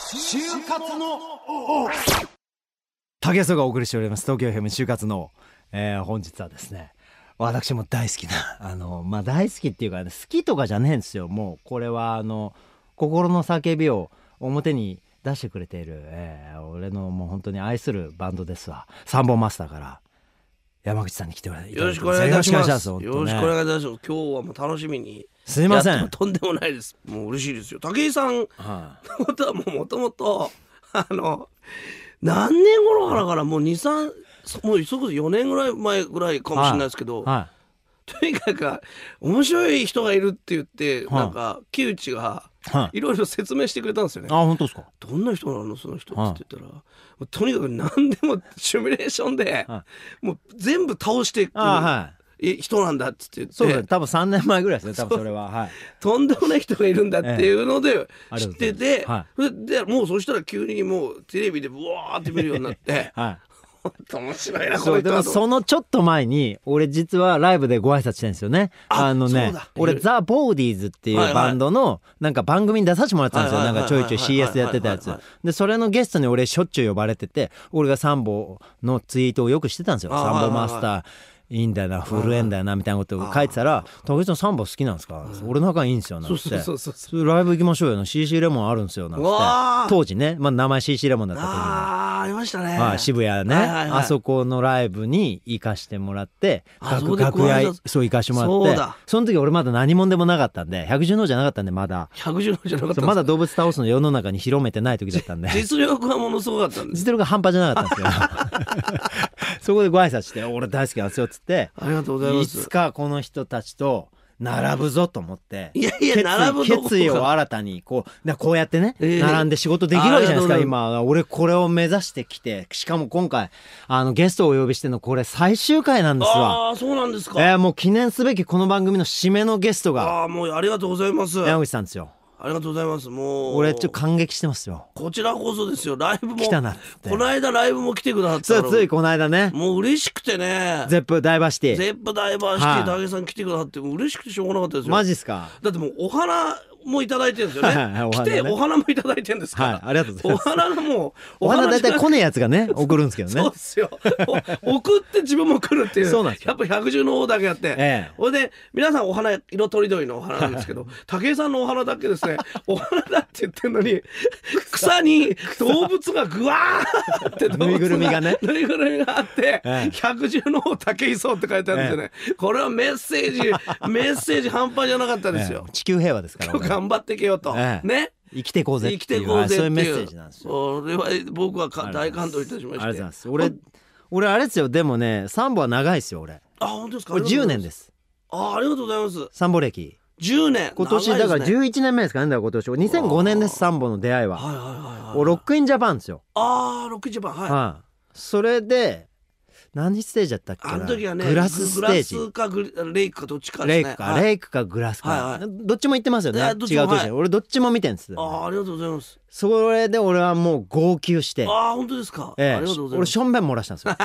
就活の竹安がお送りしております東京 FM 就活の、本日はですね、私も大好きな大好きっていうか、ね、好きとかじゃねえんですよ。もうこれは心の叫びを表に出してくれている、俺のもう本当に愛するバンドですわ。サンボマスターから山口さんに来てもらってよろしくお願いいたします。 よろしくお願いいたします。今日はもう楽しみに。 すいません。 とんでもないです。もう嬉しいですよ。武井さんのことはもともと何年頃からもう2、3もうそこそ4年ぐらい前ぐらいかもしれないですけど、とにかく面白い人がいるって言って、なんか木内がいろいろ説明してくれたんですよね。 本当ですか。 どんな人なのその人って言ったら、とにかく何でもシミュレーションで、もう全部倒していく人なんだっつって言って、 そうですね、多分3年前ぐらいですね、多分それは、 とんでもない人がいるんだっていうので知ってて、でもうそしたら急にもうテレビでブワーって見るようになって本当面白いなこれ。 でもそのちょっと前に俺実はライブでご挨拶してるんですよね。俺ザ・ボーディーズっていうバンドのなんか番組に出させてもらってたんですよ。なんかちょいちょい CS でやってたやつで、それのゲストに俺しょっちゅう呼ばれてて、俺がサンボのツイートをよくしてたんですよ。サンボマスターいいんだよな、震えんだよなみたいなことを書いてたら、武井さんサンボ好きなんですか、俺の中いいんですよなんて、ライブ行きましょうよ、CC レモンあるんですよなんて、当時ね、名前 CC レモンだった時にありましたね、 渋谷ね、あそこのライブに行かしてもらって、楽屋そう行かしてもらって、その時俺まだ何者でもなかったんで、百獣の王じゃなかったんで、まだまだ動物倒すの世の中に広めてない時だったんで実力はものすごかったんです。 実力が半端じゃなかったんですけどそこでご挨拶して、俺大好きなんですよっつって、 ありがとうございます。 いつかこの人たちと並ぶぞと思って、 並ぶ決意を新たにこうやってね、並んで仕事できるわけじゃないですか。今俺これを目指してきて、しかも今回ゲストをお呼びしてのこれ最終回なんですわ。 そうなんですか。 もう記念すべきこの番組の締めのゲストがもうありがとうございます、 山口さんですよ。 ありがとうございます。もう俺ちょっと感激してますよ。 こちらこそですよ。ライブも来たなって、 この間ライブも来てくださったついこの間ね、 もう嬉しくてね、 ゼップダイバーシティ武井さん来てくださって嬉しくてしょうがなかったですよ。 マジっすか。 だってもうお花もいただいてるんですよね。来てお花もいただいてるんですから、 ありがとうございます。お花だいたい来ねえやつがね送るんですけどね。 そうですよ送って自分も来るっていう。 そうなんですよ。 やっぱ百獣の王だけやって、それで皆さんお花色とりどりのお花なんですけど武井さんのお花だけですねお花だって言ってるのに草に動物がぐわーってぬいぐるみがあって百獣の王武井壮って書いてあるんですよね。これはメッセージ半端じゃなかったですよ。 地球平和ですから頑張っていけよと、ね、 生きていこうぜっていう、そういうメッセージなんですよ。 それは僕は大感動いたしまして。 ありがとうございます。俺あれですよ。でもね、サンボは長いですよ。俺本当ですか。 俺10年です。 ありがとうございます。 サンボ歴 10年、 今年だから11年目ですかね。今年2005年です。サンボの出会いはロックインジャパンですよ。 ロックインジャパン、 それで何ステージだったっけな。 あの時はね、 グラスステージ、 グラスかレイクかどっちかですね。 レイクかグラスか、どっちも言ってますよね。違う年で、俺どっちも見てるんです。 ありがとうございます。 それで俺はもう号泣して、 本当ですか。ありがとうございます。 俺しょんべん漏らしたんですよ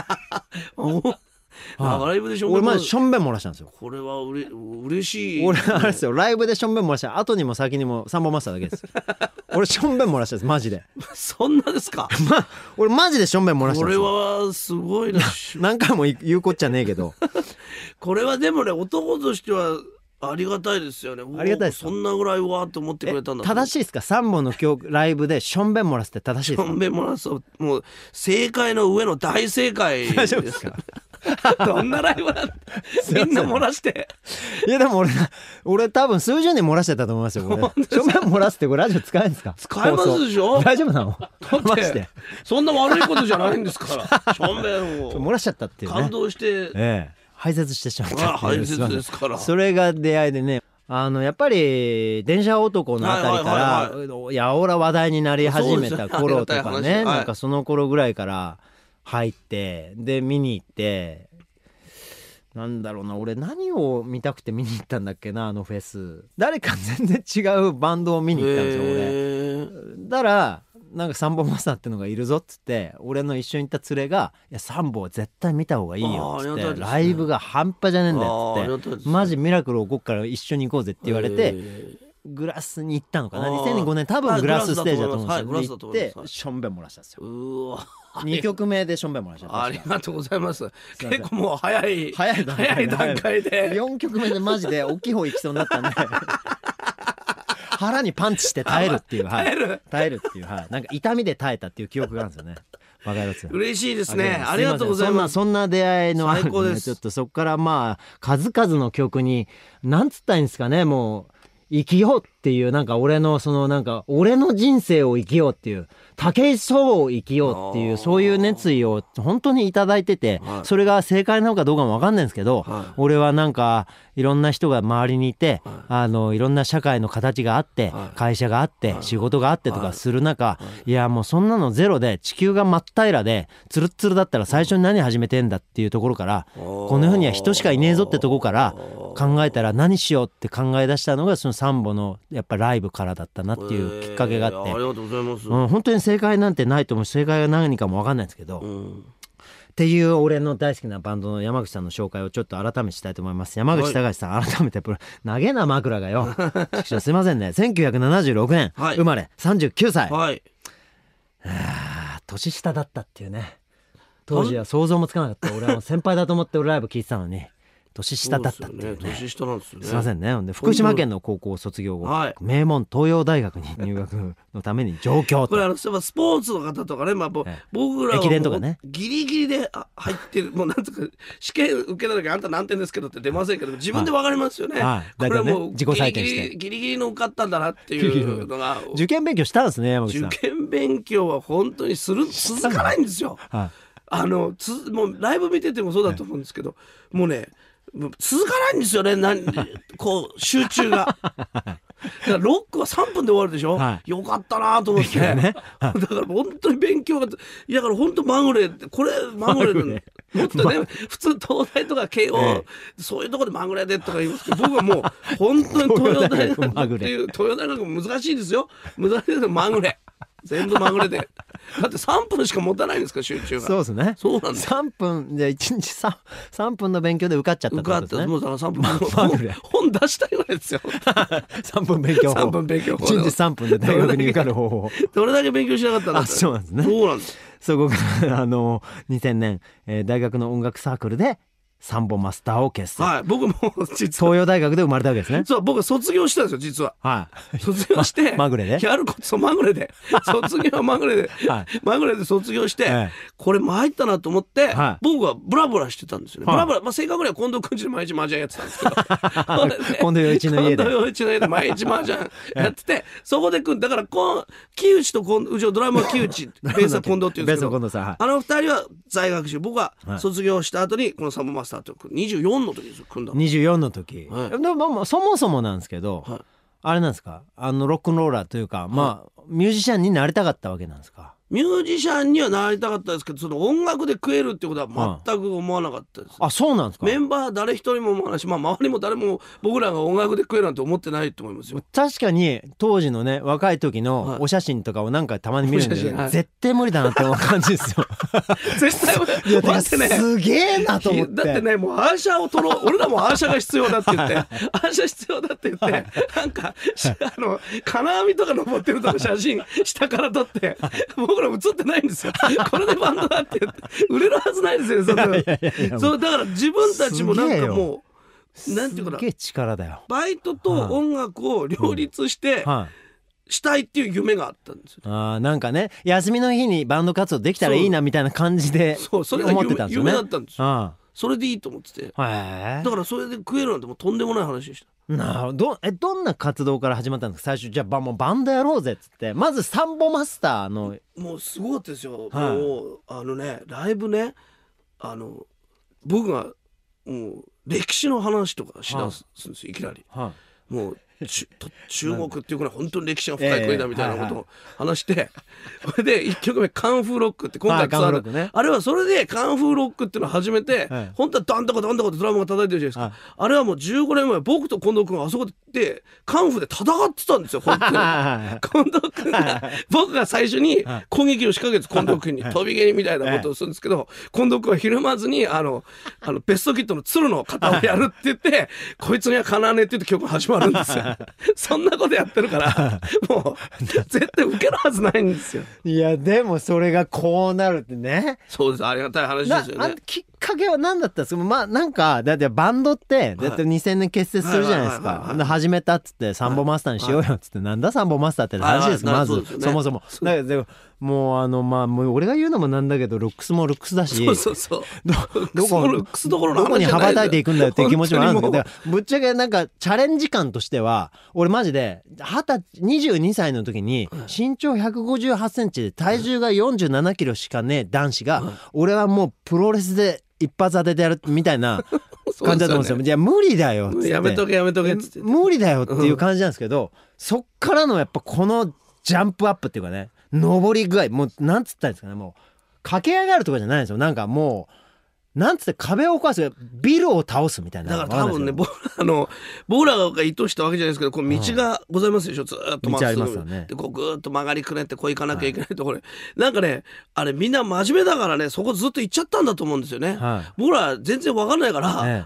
ライブで俺まずしょんべん漏らしたんですよ。 これは嬉しい。 俺あれですよ、ライブでしょんべん漏らした後にも先にもサンボマスターだけです俺しょんべん漏らしたんですマジでそんなですか俺マジでしょんべん漏らしたんですよ。 これはすごいな何回も言うこっちゃねえけどこれはでもね、男としてはありがたいですよね。 ありがたいです。 そんなぐらいわーって思ってくれたんだ。 正しいですか。サンボの今日ライブでしょんべん漏らすって正しいですか。 しょんべん漏らす、もう正解の上の大正解大丈夫ですかどんなライブなんみんな漏らしていやでも俺多分数十人漏らしてたと思いますよ。しょんべん漏らすってこれラジオ使えるんですか。 使えますでしょ。 大丈夫なの。 マジでそんな悪いことじゃないんですからしょんべんを漏らしちゃったっていうね。 感動して排泄してしまったっていう。 排泄ですから。 それが出会いでね、やっぱり電車男のあたりからやおら話題になり始めた頃とかね、なんかその頃ぐらいから入ってで見に行って、なんだろうな、俺何を見たくて見に行ったんだっけな、あのフェス。誰か全然違うバンドを見に行ったんですよ俺。だからなんかサンボマスターってのがいるぞっつって、俺の一緒に行った連れがいやサンボは絶対見た方がいいよっつって、ライブが半端じゃねえんだよっつって、マジミラクル起こっから一緒に行こうぜって言われて、 グラスに行ったのかな。2005年多分グラスステージだと思うんですよ。 グラスだと思います。 行ってしょんべん漏らしたんですよ。 うわ 2曲目でしょんべん漏らした。 ありがとうございます。結構もう早い段階で 4曲目でマジで大きい方行きそうになったんで腹にパンチして耐えるっていう、耐えるっていう、なんか痛みで耐えたっていう記憶があるんですよね。 嬉しいですね。ありがとうございます。 そんな出会いのあるんで、ちょっとそこからまあ数々の曲になんつったらいいんですかね、もう生きようっていう、なんか俺の人生を生きようっていう、武井壮を生きようっていう、そういう熱意を本当にいただいてて、それが正解なのかどうかも分かんないんですけど、俺はなんかいろんな人が周りにいて、いろんな社会の形があって、会社があって、仕事があってとかする中、いやもうそんなのゼロで、地球が真っ平らでツルッツルだったら最初に何始めてんだっていうところから、この世には人しかいねえぞってとこから考えたら、何しようって考え出したのがそのサンボのやっぱライブからだったなっていうきっかけがあって、 ありがとうございます。 本当に正解なんてないと思うし、正解が何かも分かんないんですけど、っていう俺の大好きなバンドの山口さんの紹介をちょっと改めてしたいと思います。山口隆さん、改めて投げな枕がよすいませんね。1976年、生まれ39歳、年下だったっていうね。当時は想像もつかなかった。俺は先輩だと思って俺ライブ聞いてたのに年下だったっていうね。 年下なんですよね。 すいませんね。で福島県の高校を卒業後、名門東洋大学に入学のために上京と。 これスポーツの方とかね、僕らは駅伝とかね、 ギリギリで入ってる、もうなんとか試験受けた時あんた何点ですけどって出ませんけど、自分で分かりますよね。これはもう自己採点してギリギリの受かったんだなっていうのが受験勉強したんですね、山口さん。 受験勉強は本当に続かないんですよ。もうライブ見ててもそうだと思うんですけど、もうね続かないんですよね。こう集中がだからロックは3分で終わるでしょ、よかったなと思って、だから本当に勉強がだから本当まぐれで、これまぐれでもっとね、普通東大とか慶応、そういうところでまぐれでとか言いますけど、僕はもう本当に東洋大学っていう東洋大学も難しいですよ。難しいですよ、まぐれ全部まぐれで。だって3分しか持たないんですか、集中が。 そうですね。 そうなんです。 3分で1日 3分の勉強で受かっちゃったってことですね。 もうだから3分本出したいぐらいですよ。 3分勉強法。 3分勉強法。 1日3分で大学に受かる方法。 どれだけ勉強しなかったの。 そうなんですね。 そうなんです。 そこから2000年、大学の音楽サークルでサンボマスターを結成。 僕も東洋大学で生まれたわけですね。 そう、僕は卒業したんですよ、実は。卒業してまぐれでやることまぐれで卒業はまぐれでまぐれで卒業して、これ参ったなと思って、僕はブラブラしてたんですよね。ブラブラ、正確には近藤くんちで毎日麻雀やってたんですけど、 近藤洋一の家で毎日麻雀やってて、そこでだから木内とうちのドラムは木内、ベースは近藤っていうんですけど、あの二人は在学中、僕は卒業した後にこのサンボマスター24の時ですよ、組んだの。 24の時、でもそもそもなんですけど、あれなんですか、ロックンローラーというか、ミュージシャンになりたかったわけなんですか。 ミュージシャンにはなりたかったですけど、その音楽で食えるってことは全く思わなかったです。 あ、そうなんですか。 メンバー誰一人も思わないし、周りも誰も僕らが音楽で食えるなんて思ってないと思いますよ。 確かに当時のね、若い時のお写真とかをなんかたまに見るんで、絶対無理だなって思う感じですよ。 絶対だってね、 すげえなと思って。 だってね、もうアーシャを撮ろう、俺らもアーシャが必要だって言ってアーシャ必要だって言って、なんか金網とか登ってるとか写真下から撮って僕ら写ってないんですよ。これでバンドだって言って売れるはずないですよね、そんな。そうだから自分たちもなんかもうなんていうかな、 すげえ力だよ。 バイトと音楽を両立してしたいっていう夢があったんですよ。 なんかね、休みの日にバンド活動できたらいいなみたいな感じで思ってたんですよね。 夢だったんですよ。それでいいと思ってて、だからそれで食えるなんてもうとんでもない話でした。 どんな活動から始まったんですか、最初。じゃあもうバンドやろうぜっつって、まずサンボマスターのもうすごかったですよ。もうライブね、僕がもう歴史の話とかしだすんですよ、いきなり。もう中国っていうくらい本当に歴史が深い国だみたいなことを話して、それで1曲目カンフーロックって今回ツアーで、あれはそれでカンフーロックっていうのを始めて、本当はダンタコダンタコってドラムが叩いてるじゃないですか。あれはもう15年前、僕と近藤君があそこでカンフーで戦ってたんですよ、本当に。近藤君が僕が最初に攻撃を仕掛けて、近藤君に飛び蹴りみたいなことをするんですけど、近藤君はひるまずにベストキットの鶴の型をやるって言って、こいつにはかなわねえって言って曲が始まるんですよ。 そんなことやってるからもう絶対受けるはずないんですよ。 いやでもそれがこうなるってね。 そうです、ありがたい話ですよね。 きっかけは何だったんですか。まあなんかだってバンドってだって2000年結成するじゃないですか。で始めたっつってサンボマスターにしようよっつって、なんだサンボマスターって話ですか、まずそもそも。だけどでももうまあもう俺が言うのもなんだけど、ルックスもルックスだし、 そうどこに羽ばたいていくんだよっていう気持ちもあるんですけど、ぶっちゃけなんかチャレンジ感としては俺マジで22歳の時に身長158センチで体重が47キロしかねえ男子が、俺はもうプロレスで一発当ててやるみたいな感じだと思うんですよ。いや無理だよっつって、 やめとけっつって、 無理だよっていう感じなんですけど、そっからのやっぱこのジャンプアップっていうかね、上り具合、もうなんつったんですかね、もう駆け上がるとかじゃないんですよ。なんかもうなんつって壁を壊す、ビルを倒すみたいな。 だから多分ね、僕らが意図したわけじゃないですけど、こう道がございますでしょ、ずっとまっすぐ、ね、でこうぐーっと曲がりくねってこう行かなきゃいけないところ、なんかね、あれみんな真面目だからね、そこずっと行っちゃったんだと思うんですよね。僕ら全然分かんないから、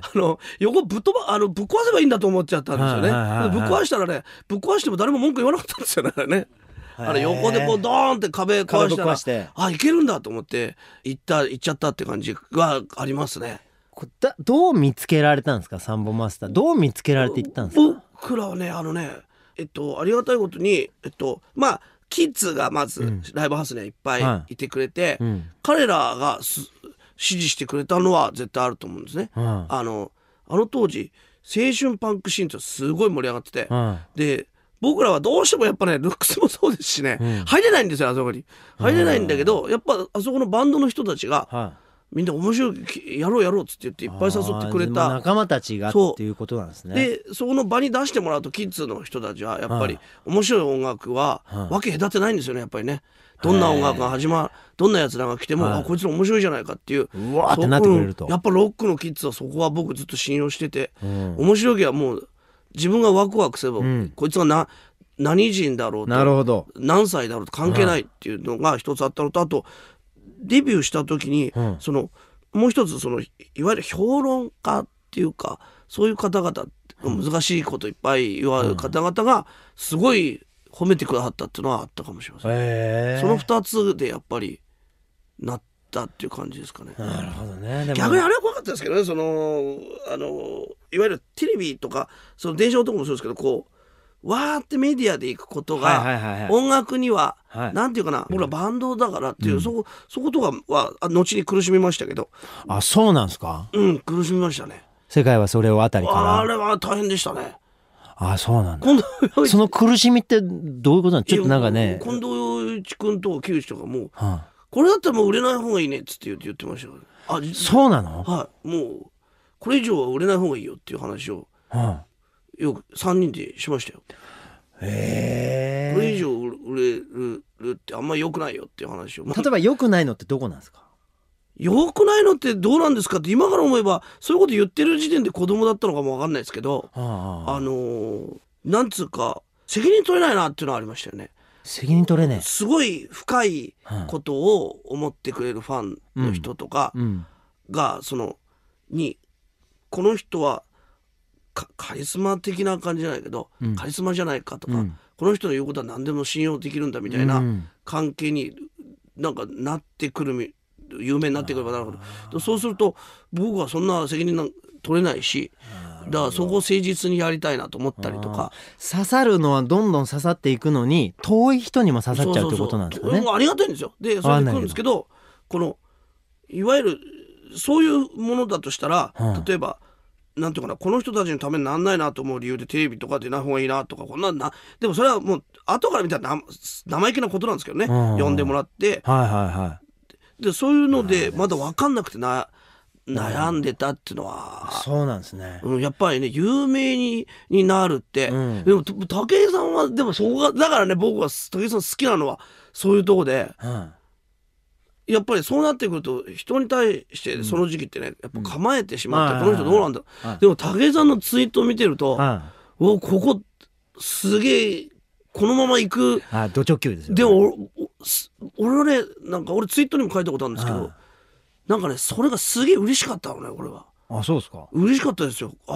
横ぶっ壊せばいいんだと思っちゃったんですよね。ぶっ壊したらね、ぶっ壊しても誰も文句言わなかったんですよね。横でこうドーンって壁壊したら、あ、いけるんだと思って行っちゃったって感じがありますね。 どう見つけられたんですか、サンボマスター。どう見つけられていったんですか。 僕らはね、ありがたいことにまあキッズがまずライブハウスにはいっぱいいてくれて、彼らが支持してくれたのは絶対あると思うんですね。あの当時青春パンクシーンってすごい盛り上がってて、で僕らはどうしてもやっぱね、ルックスもそうですしね、入れないんですよ、あそこに。入れないんだけど、やっぱあそこのバンドの人たちが、みんな面白い、やろうっつって言っていっぱい誘ってくれた仲間たちがっていうことなんですね。 でそこの場に出してもらうと、キッズの人たちはやっぱり面白い音楽は分け隔てないんですよね、やっぱりね。どんな音楽がどんなやつらが来ても、こいつら面白いじゃないかっていう、 うわーってなってくれると。 やっぱロックのキッズはそこは僕ずっと信用してて、面白いけどもう自分がワクワクすれば、こいつが何人だろうと、何歳だろうと関係ないっていうのが一つあったのと、あとデビューした時に、もう一ついわゆる評論家っていうか、そういう方々、難しいこといっぱい言われる方々がすごい褒めてくださったっていうのはあったかもしれません。その2つでやっぱりなったっていう感じですかね。 なるほどね。 逆にあれは怖かったですけどね、いわゆるテレビとか電車のとこもそうですけど、こうわーってメディアで行くことが音楽にはなんていうかな、僕らバンドだからっていう、そことかは後に苦しみましたけど。 あ、そうなんですか。 苦しみましたね。 世界はそれをあたりから。 あれは大変でしたね。 あ、そうなんだ。その苦しみってどういうことなん？ちょっとなんかね、 近藤洋一君と木内とかも、これだったらもう売れない方がいいねっつって言ってましたからね。 そうなの？ はい、もうこれ以上は売れない方がいいよっていう話を、よく3人でしましたよ。これ以上売れるってあんまり良くないよっていう話を。 例えば良くないのってどこなんですか？ 良くないのってどうなんですかって、今から思えばそういうこと言ってる時点で子供だったのかも分かんないですけど、なんつうか責任取れないなっていうのはありましたよね。 責任取れねえ。 すごい深いことを思ってくれるファンの人とかが、この人はカリスマ的な感じじゃないけど、カリスマじゃないかとか、この人の言うことは何でも信用できるんだみたいな関係になんかなってくる、有名になってくればなるほど、そうすると僕はそんな責任取れないし、だからそこを誠実にやりたいなと思ったりとか。 刺さるのはどんどん刺さっていくのに、遠い人にも刺さっちゃうってことなんですかね。 ありがたいんですよ。でそれで来るんですけど、いわゆるそういうものだとしたら、例えばなんていうかな、この人たちのためになんないなと思う理由でテレビとか出ない方がいいなとか、でもそれはもう後から見たら生意気なことなんですけどね、呼んでもらって、でそういうのでまだ分かんなくて悩んでたっていうのは。 そうなんですね。 やっぱりね、有名になるって、でも武井さんはでもそこがだからね、僕は武井さん好きなのはそういうとこで、やっぱりそうなってくると人に対してその時期ってね、やっぱ構えてしまって、この人どうなんだろう、でも武井さんのツイートを見てると、ここすげえこのまま行く、 ド直球ですよ。 でも俺はね、なんか俺ツイートにも書いたことあるんですけど、なんかね、それがすげえ嬉しかったのね、俺は。 あ、そうですか。 嬉しかったですよ。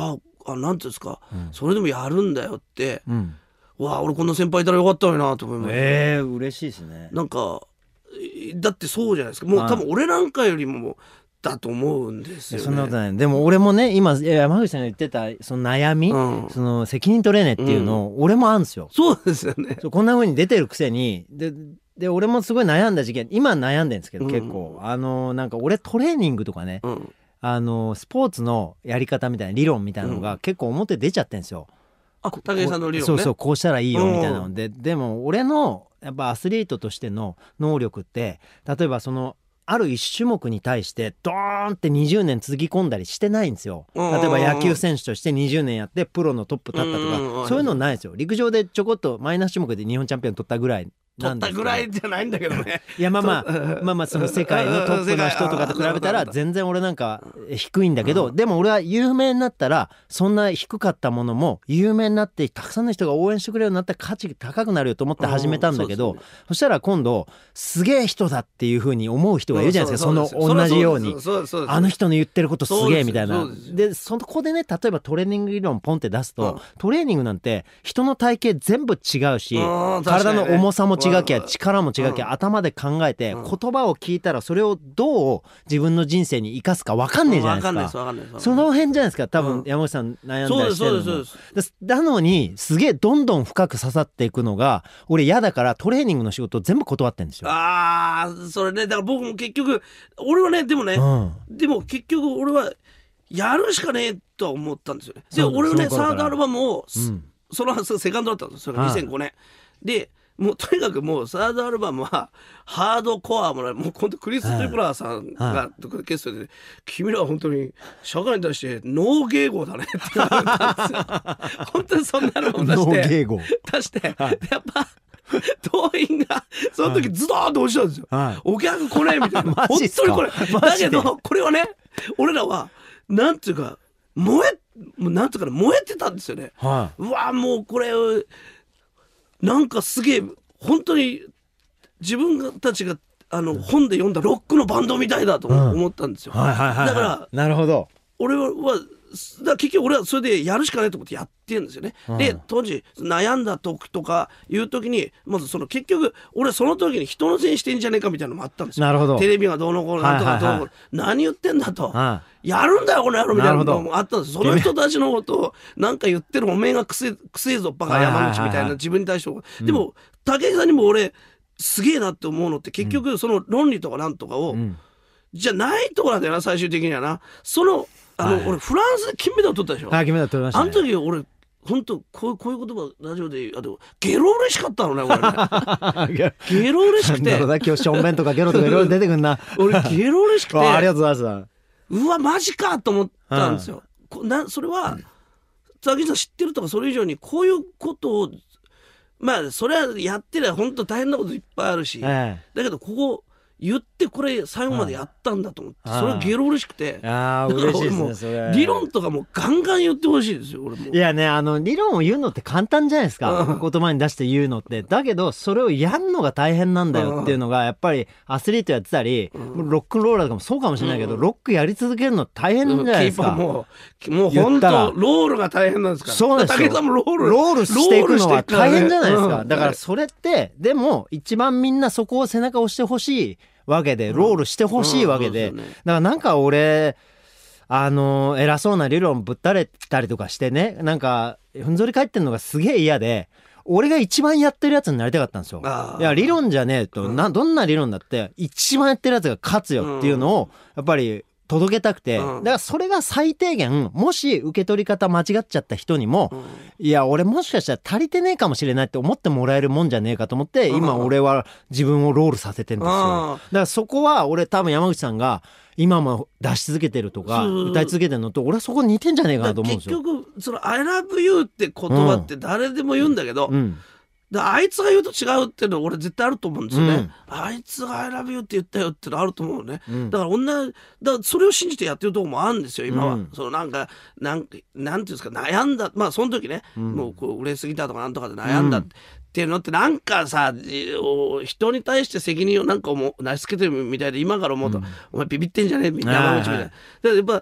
なんていうんですか、それでもやるんだよって、わあ俺こんな先輩いたらよかったのになと思います。 嬉しいですね。 なんかだってそうじゃないですか。もう多分俺なんかよりもだと思うんですよね。 そんなことない。でも俺もね、今山口さんが言ってたその悩み、その責任取れねえっていうの、俺もあるんですよ。 そうですよね。 こんな風に出てるくせにで俺もすごい悩んだ時期、今悩んでるんですけど、結構なんか俺トレーニングとかね、スポーツのやり方みたいな理論みたいなのが結構表出ちゃってるんですよ。 武井さんの理論ね。 そうそうこうしたらいいよみたいなので、でも俺のやっぱアスリートとしての能力って、例えばそのある一種目に対してドーンって20年続き込んだりしてないんですよ。例えば野球選手として20年やってプロのトップ立ったとか、そういうのないですよ。陸上でちょこっとマイナス種目で日本チャンピオン取ったぐらいなんですけど、 取ったぐらいじゃないんだけどね。 いやまあその世界のトップの人とかと比べたら全然俺なんか低いんだけど、でも俺は有名になったらそんな低かったものも有名になってたくさんの人が応援してくれるようになったら価値高くなるよと思って始めたんだけど、そしたら今度すげえ人だっていう風に思う人がいるじゃないですか。その同じようにあの人の言ってることすげえみたいな。でそこでね、例えばトレーニング理論ポンって出すと、トレーニングなんて人の体型全部違うし、体の重さも違うきゃ力も違うきゃ、頭で考えて、言葉を聞いたらそれをどう自分の人生に生かすか分かんねえじゃないですか。その辺じゃないですか多分山口さん悩んだりしてるのも。なのにすげえどんどん深く刺さっていくのが俺嫌だから、トレーニングの仕事を全部断ってるんですよ。 それね、だから僕も結局俺はね、でもね、でも結局俺はやるしかねえとは思ったんですよね。で俺はね、サードアルバムを、そのセカンドだったんですよ。それが2005年で、もうとにかくもうサードアルバムはハードコアもう本当クリス・トリプラーさんがゲストで、君らは本当に社会に対してノー迎合だねって言われたんですよ。本当にそんなアルバム出して、やっぱ動員がその時ズドーンと落ちたんですよ。お客来ねえみたいな。本当にこれだけど、これはね、俺らはなんていうかなんていうか燃えてたんですよね。うわもうこれなんかすげえ本当に自分たちが本で読んだロックのバンドみたいだと思ったんですよ。だからなるほど、 俺は結局俺はそれでやるしかないと思ってやってるんですよね。で当時悩んだ時とかいう時にまずその結局俺はその時に人のせいにしてんじゃねえかみたいなのもあったんですよ。 なるほど。 テレビがどうのこうのなんとかどうのこうの、何言ってんだと、やるんだよこの野郎みたいなのもあったんです。その人たちのことをなんか言ってるおめえがくせえぞバカ山口みたいな自分に対して、でも武井さんにも俺すげえなって思うのって結局その論理とかなんとかを、じゃないところなんだよな最終的にはな。俺フランスで金メダル取ったでしょ。 金メダル取りましたね。 あの時俺本当こういう言葉ラジオでゲロ嬉しかったのね俺ね。ゲロ嬉しくてなんだろうな、今日ションベンとかゲロとかいろいろ出てくんな。 俺ゲロ嬉しくてありがとうございます。 うわマジかと思ったんですよ。それは武井さん知ってるとかそれ以上にこういうことをまあそれはやってりゃ本当大変なこといっぱいあるし、だけどここ言ってこれ最後までやったんだと思って、それがゲロ嬉しくて、 嬉しいですねそれ。 理論とかもガンガン言ってほしいですよ俺も。 いやね、理論を言うのって簡単じゃないですか、言葉に出して言うのって。だけどそれをやんのが大変なんだよっていうのがやっぱりアスリートやってたり、ロックンローラーとかもそうかもしれないけど、ロックやり続けるの大変じゃないですか。 もう本当ロールが大変なんですから。 そうですよ。 武井さんもロールしていくのは大変じゃないですか。だからそれってでも一番みんなそこを背中を押してほしいわけで、ロールしてほしいわけで、だからなんか俺偉そうな理論ぶったれたりとかしてね、なんかふんぞり返ってんのがすげえ嫌で、俺が一番やってるやつになりたかったんですよ。いや理論じゃねえと、どんな理論だって一番やってるやつが勝つよっていうのをやっぱり届けたくて、だからそれが最低限、もし受け取り方間違っちゃった人にも、いや俺もしかしたら足りてねえかもしれないって思ってもらえるもんじゃねえかと思って、今俺は自分をロールさせてんですよ。だからそこは俺多分山口さんが今も出し続けてるとか歌い続けてるのと俺はそこ似てんじゃねえかなと思うんですよ。 結局その I love you って言葉って誰でも言うんだけど、あいつが言うと違うっていうのは俺絶対あると思うんですよね。あいつが I love you って言ったよっていうのあると思うね。だからそれを信じてやってるところもあるんですよ今は。そのなんていうんですか、悩んだ、まあその時ね、もう売れすぎたとかなんとかで悩んだっていうのってなんかさ、人に対して責任をなんかなしつけてるみたいで、今から思うと、お前ビビってんじゃねえみたいな山口みたいな。だからやっぱ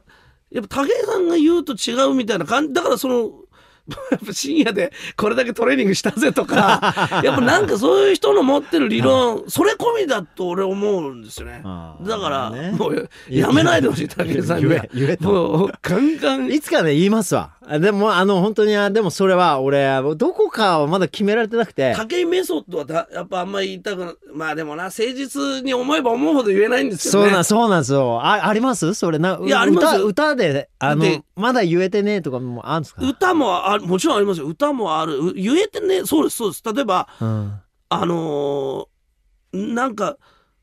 やっぱ武井さんが言うと違うみたいな感じだから、やっぱ深夜でこれだけトレーニングしたぜとかやっぱなんかそういう人の持ってる理論それ込みだと俺思うんですよね。だからもうやめないでほしい、武井さんには。もうガンガンいつかね言いますわ。でも本当にでもそれは俺どこかはまだ決められてなくて、 武井メソッドはやっぱあんまり言いたくない。まあでもな、誠実に思えば思うほど言えないんですよね。 そうなんですよ。ありますそれいやありますよ。 歌でまだ言えてねえとかもあるんですか？ 歌ももちろんありますよ。歌もある。言えてね、そうですそうです。例えば、なんか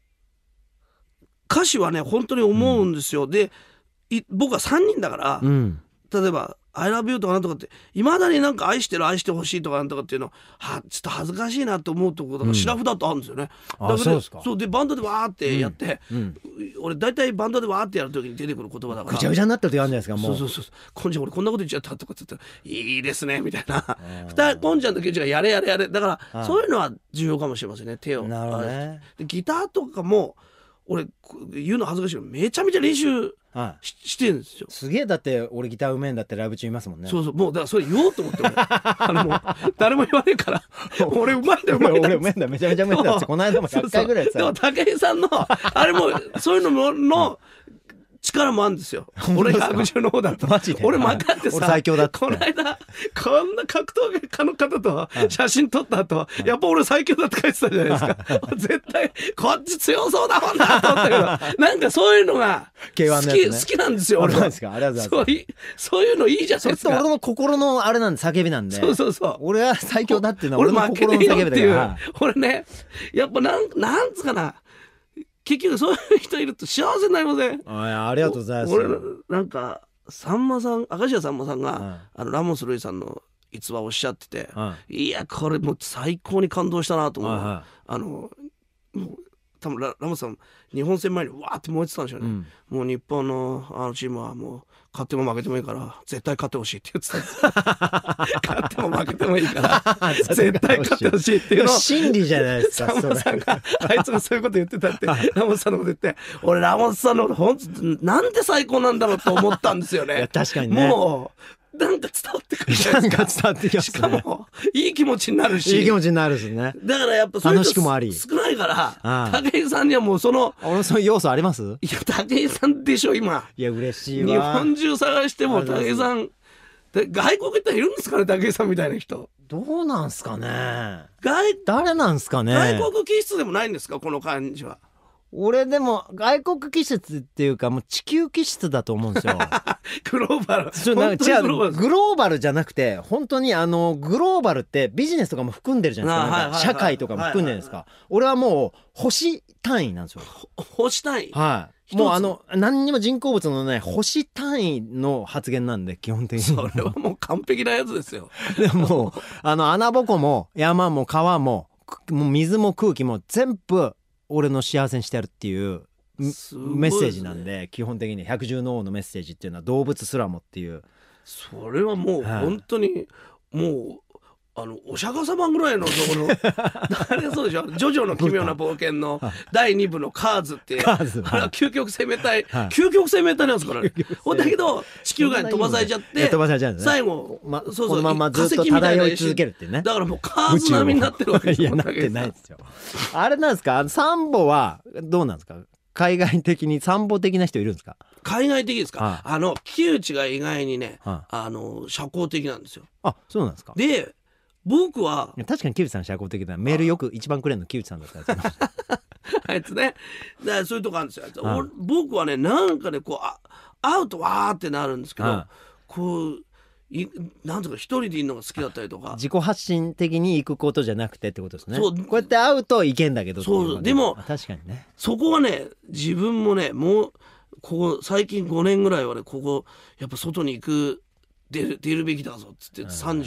歌詞はね本当に思うんですよ。で僕は3人だから、例えばI love you とかなんとかっていまだになんか愛してる愛してほしいとかなんとかっていうのちょっと恥ずかしいなと思うところがシラフだとあるんですよね。だからそうでバンドでわーってやって、俺大体バンドでわーってやるときに出てくる言葉だから、 ぐちゃぐちゃになった時あるんじゃないですか。もうそうコンちゃん俺こんなこと言っちゃったとかって言ったらいいですねみたいなコンちゃんとケンちゃんがやれだからそういうのは重要かもしれませんね。手をなるほどね。 でギターとかも俺言うの恥ずかしいけどめちゃめちゃ練習してるんですよ。 すげえ。だって俺ギターうめえんだってライブ中いますもんね。 そうもうだからそれ言おうと思ってもう誰も言わねえから俺うまいんだ俺うめえんだめちゃめちゃうめえんだってこの間も100回ぐらいさ。 でも武井さんのあれもそういうのの力もあるんですよ。俺が悪中の方だとマジで俺分かってさ、 俺最強だって。 この間こんな格闘家の方と写真撮った後、やっぱ俺最強だって書いてたじゃないですか絶対こっち強そうだもんなと思ったけどなんかそういうのが好きなんですよ俺は。 ありがとうございます。 そういうのいいじゃないですか。 それって俺の心のあれなんで叫びなんで。 そう俺は最強だっていうのは俺の心の叫びだから。 俺ねやっぱなんつかな、結局そういう人いると幸せになりません？ ありがとうございます。 俺なんかさんまさん明石家さんまさんが、ラモス・ルイさんの逸話をおっしゃってて、いやこれもう最高に感動したなと思う。もう多分ラモスさん日本戦前にわーって燃えてたんでしょうね。もう日本のチームはもう勝っても負けてもいいから絶対勝ってほしいって言ってたんです勝っても負けてもいいから絶対勝ってほしいっていうのを真理じゃないですか。 さんまさんがあいつがそういうこと言ってたってラモスさんのこと言って、俺ラモスさんのことほんとなんで最高なんだろうと思ったんですよね。 確かにね。もうなんか伝わってくるじゃないですか。 なんか伝わってきますね。 しかもいい気持ちになるし。 いい気持ちになるですね。 だからやっぱそういうの少ないから武井さんにはもう俺そういう要素あります？ いや武井さんでしょ今。 いや嬉しいわ。 日本中探しても武井さん外国行ったらいるんですかね、武井さんみたいな人。 どうなんすかね。誰なんすかね。 外国気質でもないんですかこの感じは。 俺でも外国気質っていうかもう地球気質だと思うんですよグローバル。 グローバルじゃなくて本当にグローバルってビジネスとかも含んでるじゃないですか。社会とかも含んでるんですか。俺はもう星単位なんですよ。 星単位。 もう何にも人工物のない星単位の発言なんで基本的に。 それはもう完璧なやつですよ。 でも穴ぼこも山も川も水も空気も全部俺の幸せにしてやるっていうメッセージなんで、基本的に百獣の王のメッセージっていうのは動物すらもっていう。 それはもう本当にもうお釈迦様ぐらいのところあれそうでしょ。ジョジョの奇妙な冒険の第2部のカーズってあれは究極生命体、究極生命体なんですからね。だけど地球外に飛ばされちゃって最後このままずっと漂い続けるっていうね。 だからもうカーズ並みになってるわけですよ。 いやなってないですよ。あれなんですかサンボはどうなんですか。海外的にサンボ的な人いるんですか。 海外的ですか。木内が意外にね社交的なんですよ。 あ、そうなんですか。 で僕は確かに木内さん社交的だ。メールよく一番くれるの木内さんだったんですよあいつね。だからそういうとこあるんですよ。僕はねなんかねこう会うとわーってなるんですけど、こうなんとか一人でいるのが好きだったりとか。 自己発信的に行くことじゃなくてってことですね。こうやって会うといけんだけど。 そうでも確かにね。 そこはね自分もねもうここ最近5年ぐらいはねここやっぱ外に行く出るべきだぞっつって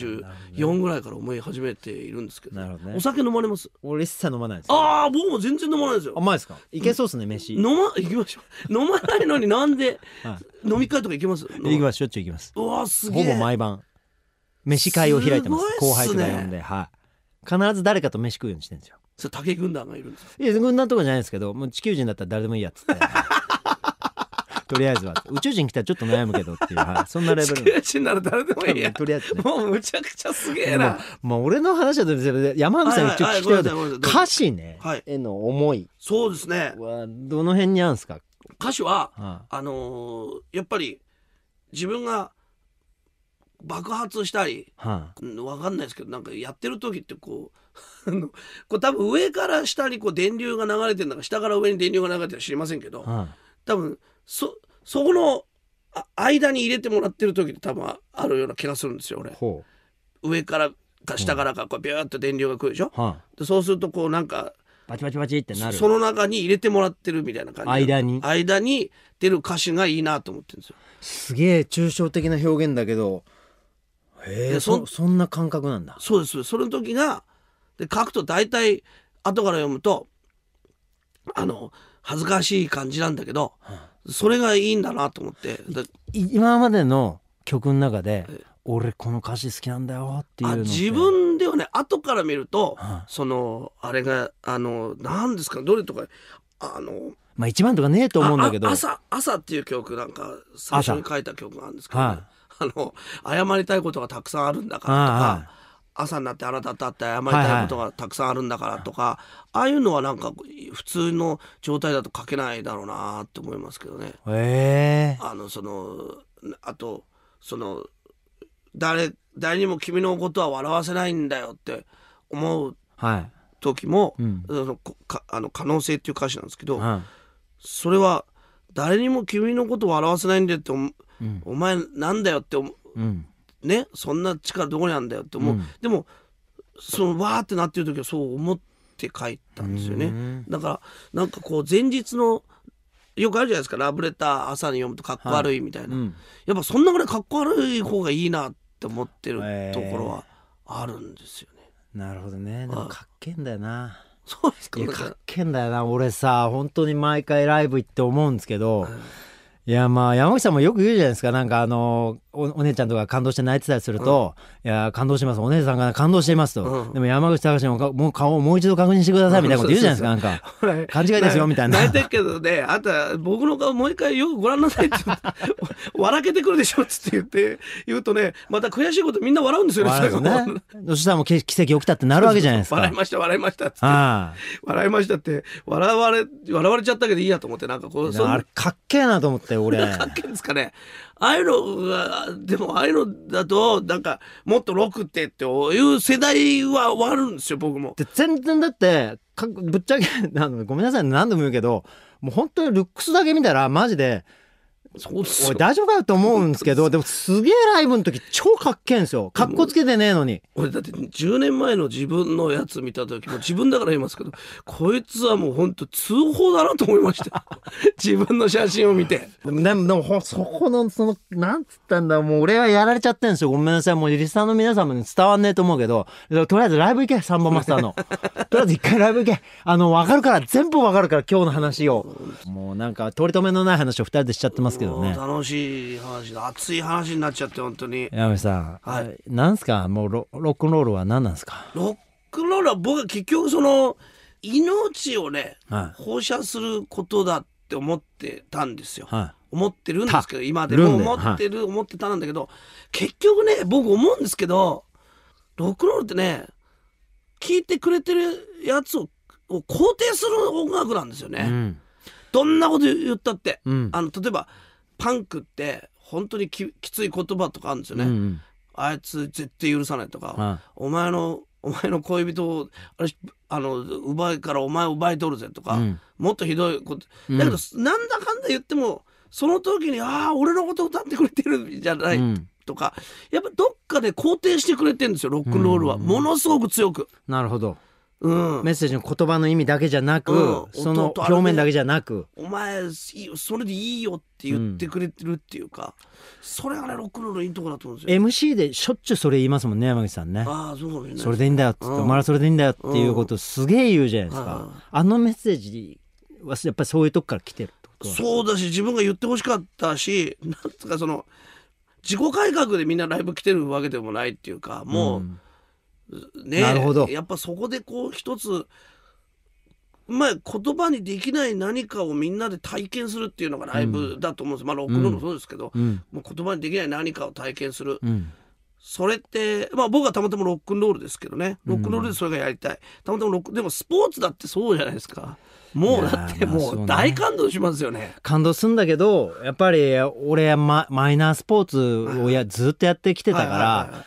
34ぐらいから思い始めているんですけど。なるほどね。お酒飲まれます？ 俺一切飲まないです。 僕も全然飲まないですよ。 あ、マジですか。いけそうですね飯。 行きましょう。飲まないのになんで飲み会とか行けます？ 行きます。しょっちゅう行きます。 うわすげえ。 ほぼ毎晩飯会を開いてます。後輩とか呼んで、必ず誰かと飯食うようにしてるんですよ。 それ武井軍団がいるんですか？ いや軍団とかじゃないですけど、もう地球人だったら誰でもいいやっつってとりあえずは宇宙人来たらちょっと悩むけどっていう、はい、そんなレベル地球人なら誰でもいいやとりあえずね、 もうむちゃくちゃすげえな。 まあ俺の話は山口さんに一応聞きたいことで、歌詞ね、 はい、 への思いそうですねはどの辺にあるんですか？ 歌詞は、 はやっぱり自分が爆発したり、 はわかんないですけどなんかやってる時ってこうこう多分上から下にこう電流が流れてるのか下から上に電流が流れてるのか知りませんけど、多分そこの間に入れてもらってる時って多分あるような気がするんですよ俺。上からか下からかこうビューッと電流が来るでしょ、でそうするとこうなんかバチバチバチってなる、 その中に入れてもらってるみたいな感じ、間に出る歌詞がいいなと思ってるんですよ。 すげえ抽象的な表現だけど、へえ、そんな感覚なんだ。 そうです。その時がで書くと大体後から読むと恥ずかしい感じなんだけど、それがいいんだなと思って。 今までの曲の中で俺この歌詞好きなんだよっていうのって自分ではね後から見ると、そのあれが何ですかどれとかまあ一番とかねえと思うんだけど、 朝っていう曲なんか最初に書いた曲があるんですけどね、謝りたいことがたくさんあるんだからとか、朝になってあなたと会って謝りたいことがたくさんあるんだからとか、ああいうのはなんか普通の状態だと書けないだろうなって思いますけどね。あと誰にも君のことは笑わせないんだよって思う時も、可能性っていう歌詞なんですけど、それは誰にも君のことを笑わせないんだよってお前なんだよってね、そんな力どこにあるんだよって思う、でもわーってなってる時はそう思って書いたんですよね。だからなんかこう前日のよくあるじゃないですか、ラブレター朝に読むとかっこ悪いみたいな、やっぱそんなぐらいかっこ悪い方がいいなって思ってるところはあるんですよね。 なるほどね。でもかっけえんだよな。 そうですか。 いやかっけえんだよな。俺さ本当に毎回ライブ行って思うんですけど、いやまあ山口さんもよく言うじゃないですか。なんかお姉ちゃんとか感動して泣いてたりすると、いや感動してます、お姉さんが感動していますと、でも山口隆のもう顔をもう一度確認してくださいみたいなこと言うじゃないですか。なんか勘違いですよみたいな。 泣いてるけどね、あとは僕の顔もう一回よくご覧なさいって笑けてくるでしょっつって言うとね、また悔しいことみんな笑うんですよね。 そしたらもう奇跡起きたってなるわけじゃないですか。 笑いましたっつって笑いましたって笑われちゃったけどいいやと思って、なんかこうあれかっけえなと思って俺。 かっけえんですかね。ああいうのがでもああいうのだとなんかもっとロックっていう世代はあるんですよ僕も。 で全然だってぶっちゃけごめんなさい何度も言うけど、もう本当にルックスだけ見たらマジで俺大丈夫かよと思うんですけど、でもすげえライブの時超かっけえんですよ。かっこつけてねえのに。 俺だって10年前の自分のやつ見た時も自分だから言いますけど、こいつはもう本当通報だなと思いました自分の写真を見て。 でもそこのなんつったんだ、もう俺はやられちゃってるんですよ。ごめんなさい、もうリスナーの皆さんも、ね、伝わんねえと思うけど、とりあえずライブ行け、サンボマスターのとりあえず一回ライブ行け、分かるから、全部分かるから今日の話を。もうなんか取り留めのない話を2人でしちゃってますけどね。 楽しい話だ、熱い話になっちゃって本当に。 山口さん、はい、なんすかもうロックンロールは何なんですか？ ロックンロールは僕は結局命をね、放射することだって思ってたんですよ、思ってるんですけど、今でも思ってたんだけど、結局ね僕思うんですけど、ロックンロールってね聴いてくれてるやつを肯定する音楽なんですよね、どんなこと言ったって、例えばパンクって本当にきつい言葉とかあるんですよね、あいつ絶対許さないとか、お前の恋人を奪いからお前を奪い取るぜとか、もっとひどいこと、だけどなんだかんだ言ってもその時に俺のこと歌ってくれてるじゃない、とかやっぱどっかで肯定してくれてるんですよロックンロールは、ものすごく強く。 なるほど、メッセージの言葉の意味だけじゃなく、その表面だけじゃなく、 お前それでいいよって言ってくれてるっていうか、それがねロックンロールいいとこだと思うんですよ。 MC でしょっちゅうそれ言いますもんね、山口さんね。 そうかもしれない。 それでいいんだよっつって、お前らそれでいいんだよっていうことをすげえ言うじゃないですか、あのメッセージはやっぱりそういうとこから来てるってことは。 そうだし、自分が言ってほしかったし、なんつうか自己改革でみんなライブ来てるわけでもないっていうか、もう、ね、 なるほど。 やっぱそこでこう一つまあ、言葉にできない何かをみんなで体験するっていうのがライブだと思うんです、まあロックンロールもそうですけど、もう言葉にできない何かを体験する、それって、まあ僕はたまたまロックンロールですけどね、ロックンロールでそれがやりたい、たまたまでもスポーツだってそうじゃないですか。もうだってもう大感動しますよね。 感動するんだけど、やっぱり俺マイナースポーツをずっとやってきてたから、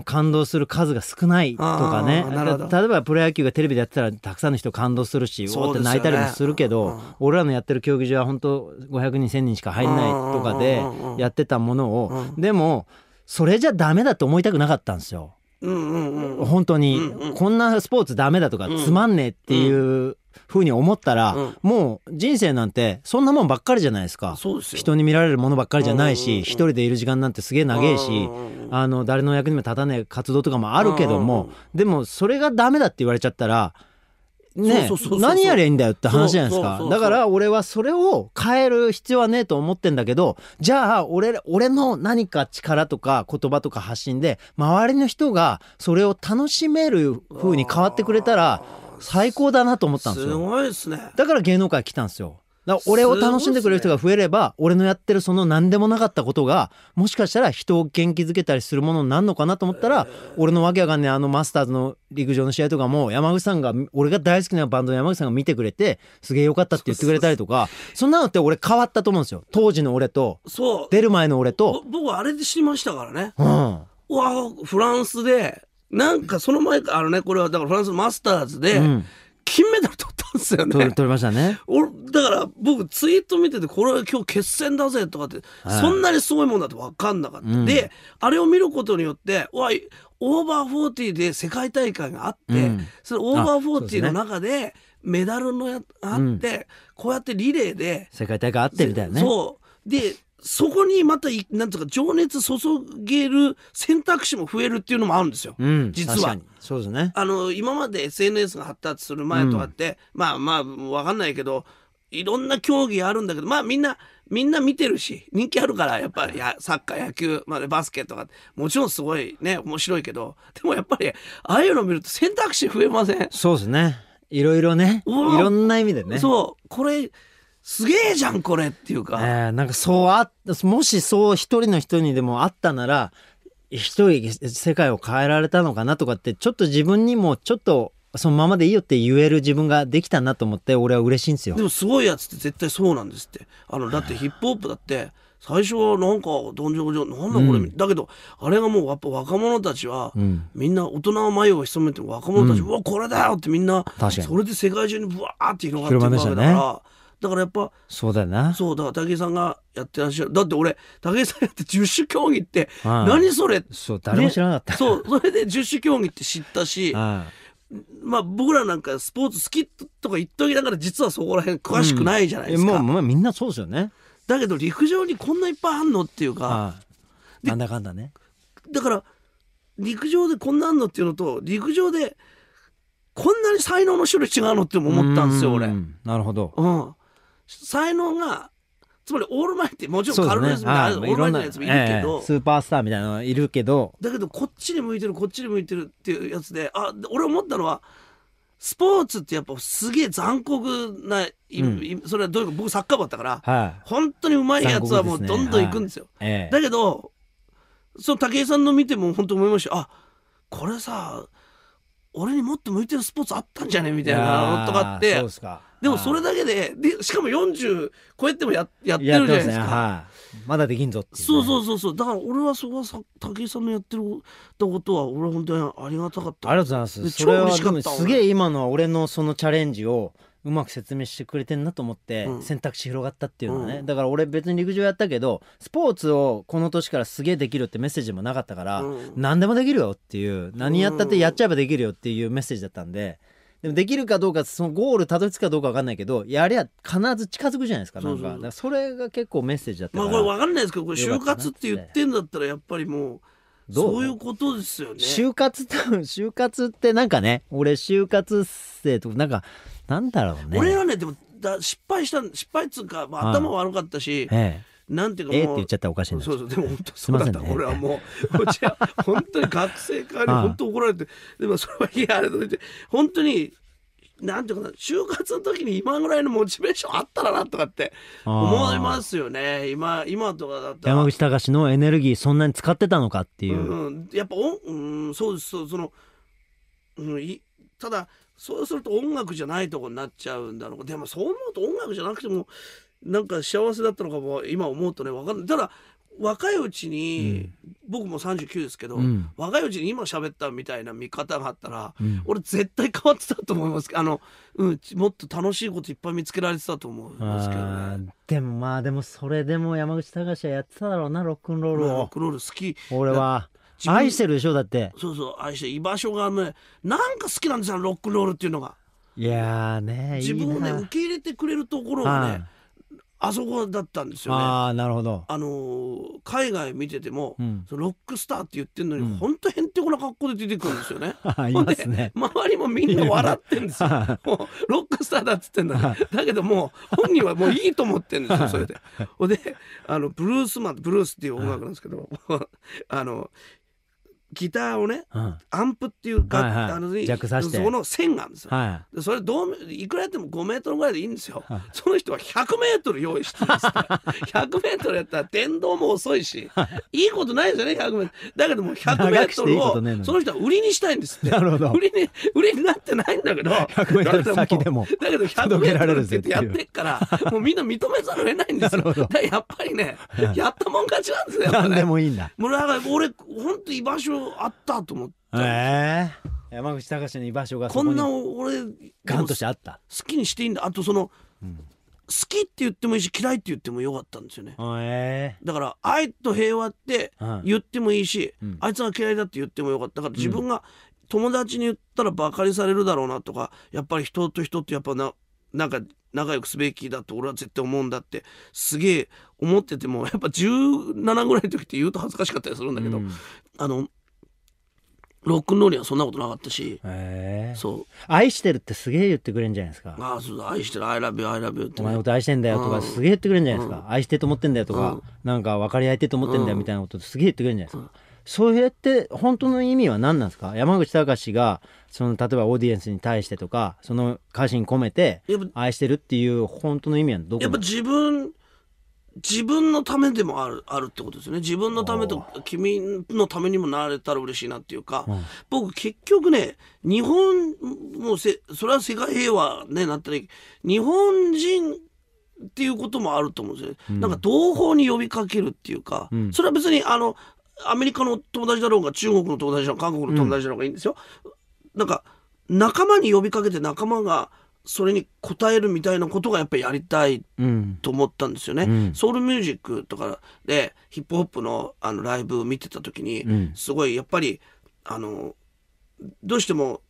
感動する数が少ないとかね。例えばプロ野球がテレビでやってたらたくさんの人感動するし、おーって泣いたりもするけど、俺らのやってる競技場は本当500人1000人しか入んないとかでやってたものを、でもそれじゃダメだと思いたくなかったんですよ。本当に、こんなスポーツダメだとか、つまんねえっていう風に思ったら、もう人生なんてそんなもんばっかりじゃないですか。人に見られるものばっかりじゃないし、一人でいる時間なんてすげえ長えし、誰の役にも立たねえ活動とかもあるけども、でもそれがダメだって言われちゃったらね、何やりゃいいんだよって話じゃないですか。だから俺はそれを変える必要はねえと思ってんだけど、じゃあ俺の何か力とか言葉とか発信で周りの人がそれを楽しめる風に変わってくれたら最高だなと思ったんですよ。 すごいですね。 だから芸能界来たんですよ。だから俺を楽しんでくれる人が増えれば、俺のやってるその何でもなかったことがもしかしたら人を元気づけたりするものになるのかなと思ったら、俺のわけわかんねえマスターズの陸上の試合とかも山口さんが、俺が大好きなバンドの山口さんが見てくれてすげえよかったって言ってくれたりとか、そんなのって俺変わったと思うんですよ。当時の俺と出る前の俺と。 僕あれで知りましたからね。フランスでなんかその前これはだからフランスのマスターズで、金メダル取ったんですよね。 取りましたね。 だから僕ツイート見てて、これは今日決戦だぜとかって、そんなにすごいもんだって分かんなかった、であれを見ることによって、オーバーフォーティーで世界大会があって、そのオーバーフォーティーの中でメダルのあって、こうやってリレーで世界大会あってみたいなね。 そうでそこにまたなんとか情熱注げる選択肢も増えるっていうのもあるんですよ、実は。確かにそうですね。 今まで SNS が発達する前とかって、まあ分かんないけどいろんな競技あるんだけど、まあみんな見てるし人気あるから、やっぱりサッカー野球、バスケとかもちろんすごいね面白いけど、でもやっぱりああいうの見ると選択肢増えません？ そうですね。いろいろね、いろんな意味でね。 そうこれすげえじゃんこれっていうか、 なんかもしそう一人の人にでもあったなら一人世界を変えられたのかなとかって、ちょっと自分にもちょっとそのままでいいよって言える自分ができたなと思って、俺は嬉しいんですよ。 でもすごいやつって絶対そうなんですって。だってヒップホップだって最初はなんかどんじょこじょなんだこれ、だけどあれがもうやっぱ若者たちは、みんな大人は眉を潜めて若者たち、うわこれだよってみんなそれで世界中にブワーって広がってるわけだから、だからやっぱそうだよな。 そうだから武井さんがやってらっしゃる。だって俺武井さんやって十種競技って何それ、 そう誰も知らなかった、 そうそれで十種競技って知ったし、まあ僕らなんかスポーツ好きとか言っときながら実はそこら辺詳しくないじゃないですか、 もうみんなそうですよね。 だけど陸上にこんないっぱいあんのっていうか、 なんだかんだね。 だから陸上でこんなあんのっていうのと、陸上でこんなに才能の種類違うのって思ったんですよ俺。 なるほど。 才能がつまりオールマイティ、もちろんカルロスみたいなオールマイティなやつもいるけど、 スーパースターみたいなのいるけど、 だけどこっちに向いてるこっちに向いてるっていうやつで、俺思ったのはスポーツってやっぱすげえ残酷な、それはどういうか、僕サッカー部だったから、本当にうまいやつはもうどんどん行くんですよ、だけどその武井さんの見ても本当思いました。これさ俺にもっと向いてるスポーツあったんじゃねみたいなのとかって。そうですか。でもそれだけでしかも40超えてもやってるじゃないですか。 まだできんぞっていう、 そうだから俺はそこは武井さんのやってることは俺は本当にありがたかった。 ありがとうございます。それはでもすげえ今のは俺のそのチャレンジをうまく説明してくれてんなと思って、選択肢広がったっていうのはね、だから俺別に陸上やったけどスポーツをこの年からすげえできるってメッセージもなかったから、何でもできるよっていう、何やったってやっちゃえばできるよっていうメッセージだったんで、でもできるかどうかそのゴールたどり着くかどうか分かんないけど、やりゃ必ず近づくじゃないですか。なんかだからそれが結構メッセージだったから。 これ分かんないですけど、これ就活って言ってんだったらやっぱりもうそういうことですよね。 就活ってなんかね、俺就活生となんだろうね。 俺はねでも失敗っつうか、頭悪かったし、なんていうかもうって言っちゃったらおかしいな。 でも本当そうだった、ね、俺はもうこっちは本当に学生からに本当怒られてでもそれはいやあれと言って本当になんていうかな、就活の時に今ぐらいのモチベーションあったらなとかって思いますよね。今とかだったら山口隆のエネルギーそんなに使ってたのかっていう、 やっぱそうです。ただそうすると音楽じゃないとこになっちゃうんだろう。でもそう思うと音楽じゃなくてもなんか幸せだったのかも今思うとね分かんない。ただ若いうちに、僕も39ですけど、若いうちに今喋ったみたいな見方があったら、俺絶対変わってたと思います。もっと楽しいこといっぱい見つけられてたと思いますけどね。 でもそれでも山口隆はやってただろうな、ロックンロールを。 ロックンロール好き。 俺は愛してるでしょ。だってそう愛して居場所がね、なんか好きなんですよ、ロックンロールっていうのが。 いやーね、 自分をね受け入れてくれるところがね、あそこだったんですよね。 ああ、なるほど。 海外見てても、そのロックスターって言ってるのに、本当へんてこな格好で出てくるんですよね。 いますね。 周りもみんな笑ってるんですよ。もうロックスターだっつってんだ、ね、だけどもう本人はもういいと思ってるんですよ、それで。でブルースっていう音楽なんですけどギターをね、アンプっていうか、 弱さしてその線があるんですよ、でそれいくらやっても5メートルぐらいでいいんですよ、その人は100メートル用意してるんです100メートルやったら電動も遅いしいいことないですよね、100メートルだけども100メートルをその人は売りにしたいんですって。 なるほど。売りになってないんだけど 100メートル先でもだけど100メートルって言ってやってっからもうみんな認めざるを得ないんですよ。だからやっぱりねやったもん勝ちなんですよ、やっぱね。 何でもいいんだ。 もうだから俺本当居場所あったと思って、 山口隆の居場所がそこにこんな俺ガンとしてあった。 好きにしていいんだ。あと好きって言ってもいいし嫌いって言ってもよかったんですよね。だから愛と平和って言ってもいいし、あいつが嫌いだって言ってもよかった。だから自分が友達に言ったらバカにされるだろうなとか、やっぱり人と人ってやっぱなんか仲良くすべきだと俺は絶対思うんだってすげえ思ってても、やっぱ17ぐらいの時って言うと恥ずかしかったりするんだけど、ロックンロールにはそんなことなかったし、そう愛してるってすげえ言ってくれるんじゃないですか。 そうだ、愛してる、I love you I love you って、 お前のこと愛してんだよとかすげえ言ってくれるんじゃないですか。愛してると思ってんだよとか、なんか分かり合えてると思ってんだよみたいなことすげえ言ってくれるんじゃないですか。そうやって本当の意味は何なんですか。山口隆が例えばオーディエンスに対してとか、その歌詞に込めて愛してるっていう本当の意味はどこ。 やっぱ自分のためでもあるってことですよね。自分のためと君のためにもなれたら嬉しいなっていうか、僕結局ね、日本もそれは世界平和ねなったり、日本人っていうこともあると思うんですよね。なんか同胞に呼びかけるっていうか、それは別にアメリカの友達だろうが中国の友達だろうが韓国の友達だろうがいいんですよ。なんか仲間に呼びかけて仲間がそれに応えるみたいなことがやっぱりやりたいと思ったんですよね。ソウルミュージックとかでヒップホップのライブ見てた時に、すごいやっぱりどうしても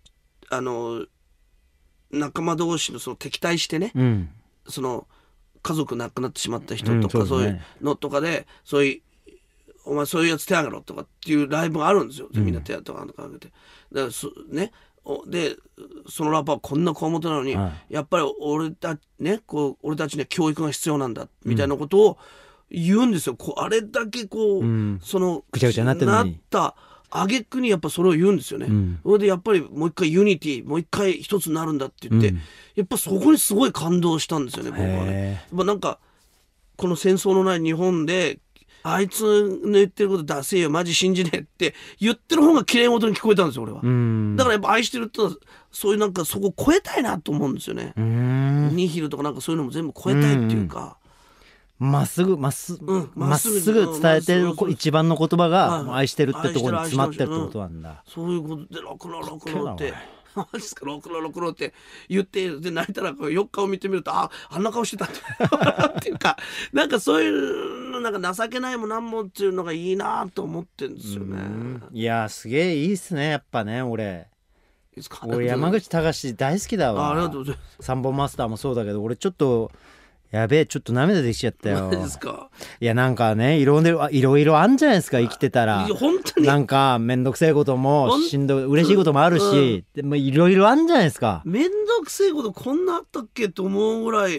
仲間同士のその敵対してね、その家族亡くなってしまった人とか、そういうのとかでそういうお前そういうやつ手挙げろとかっていうライブがあるんですよ。みんな手とか挙げて、だからね。でそのラッパーはこんな小元なのに、やっぱり俺たちね教育が必要なんだみたいなことを言うんですよ。あれだけそのぐちゃぐちゃなった挙句にやっぱそれを言うんですよね。それでやっぱりもう一回ユニティもう一回一つになるんだって言って、やっぱそこにすごい感動したんですよね、僕はね。やっぱなんかこの戦争のない日本であいつの言ってることダセえよマジ信じねえって言ってる方が綺麗事に聞こえたんですよ、俺は。だからやっぱ愛してるってそういうなんかそこを超えたいなと思うんですよね。ニヒルとかなんかそういうのも全部超えたいっていうか、まっすぐ伝えてる一番の言葉が愛してるってところに詰まってるってことなんだ。 そういうことでロクロってマジですか、ロクロって言ってで泣いたら4日を見てみるとあんな顔してたっていうか、なんかそういうのなんか情けないもなんもっていうのがいいなと思ってるんですよね。 いやすげえいいっすね、やっぱね。俺山口隆大好きだわ。 ありがとうございます。 サンボマスターもそうだけど、俺ちょっとやべえちょっと涙できちゃったよ。 マジですか。 いやなんかねいろいろあんじゃないですか、生きてたら。 本当になんかめんどくせえことも嬉しいこともあるし、でもいろいろあんじゃないですか。 めんどくせえことこんなあったっけと思うぐらい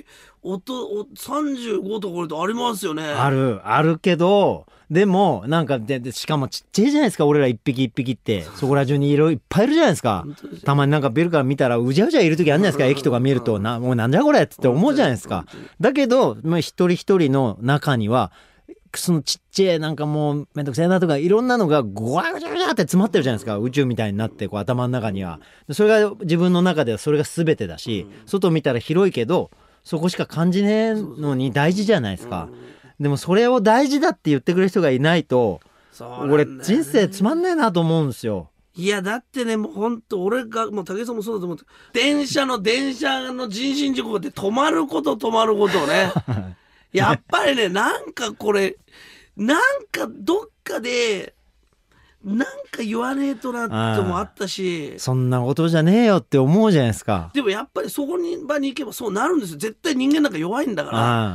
35とかこれとありますよね。 あるけど、でもなんかしかもちっちゃいじゃないですか、俺ら一匹一匹って。そこら中にいっぱいいるじゃないですか。たまになんかビルから見たらうじゃうじゃいる時あるじゃないですか。駅とか見るともうなんじゃこれって思うじゃないですか。だけど、一人一人の中にはそのちっちゃいなんかもうめんどくせえなとかいろんなのがゴワゴワゴワって詰まってるじゃないですか。宇宙みたいになってこう頭の中には。それが自分の中ではそれが全てだし、外見たら広いけどそこしか感じねえのに大事じゃないですか。でもそれを大事だって言ってくれる人がいないと、俺人生つまんねえなと思うんですよ。 いやだってね、もうほんと俺がもう武井さんもそうだと思って、電車の人身事故で止まることねやっぱりね、なんかこれなんかどっかでなんか言わねえとなってもあったし、 そんなことじゃねえよって思うじゃないですか。 でもやっぱりそこに場に行けばそうなるんですよ。絶対人間なんか弱いんだから。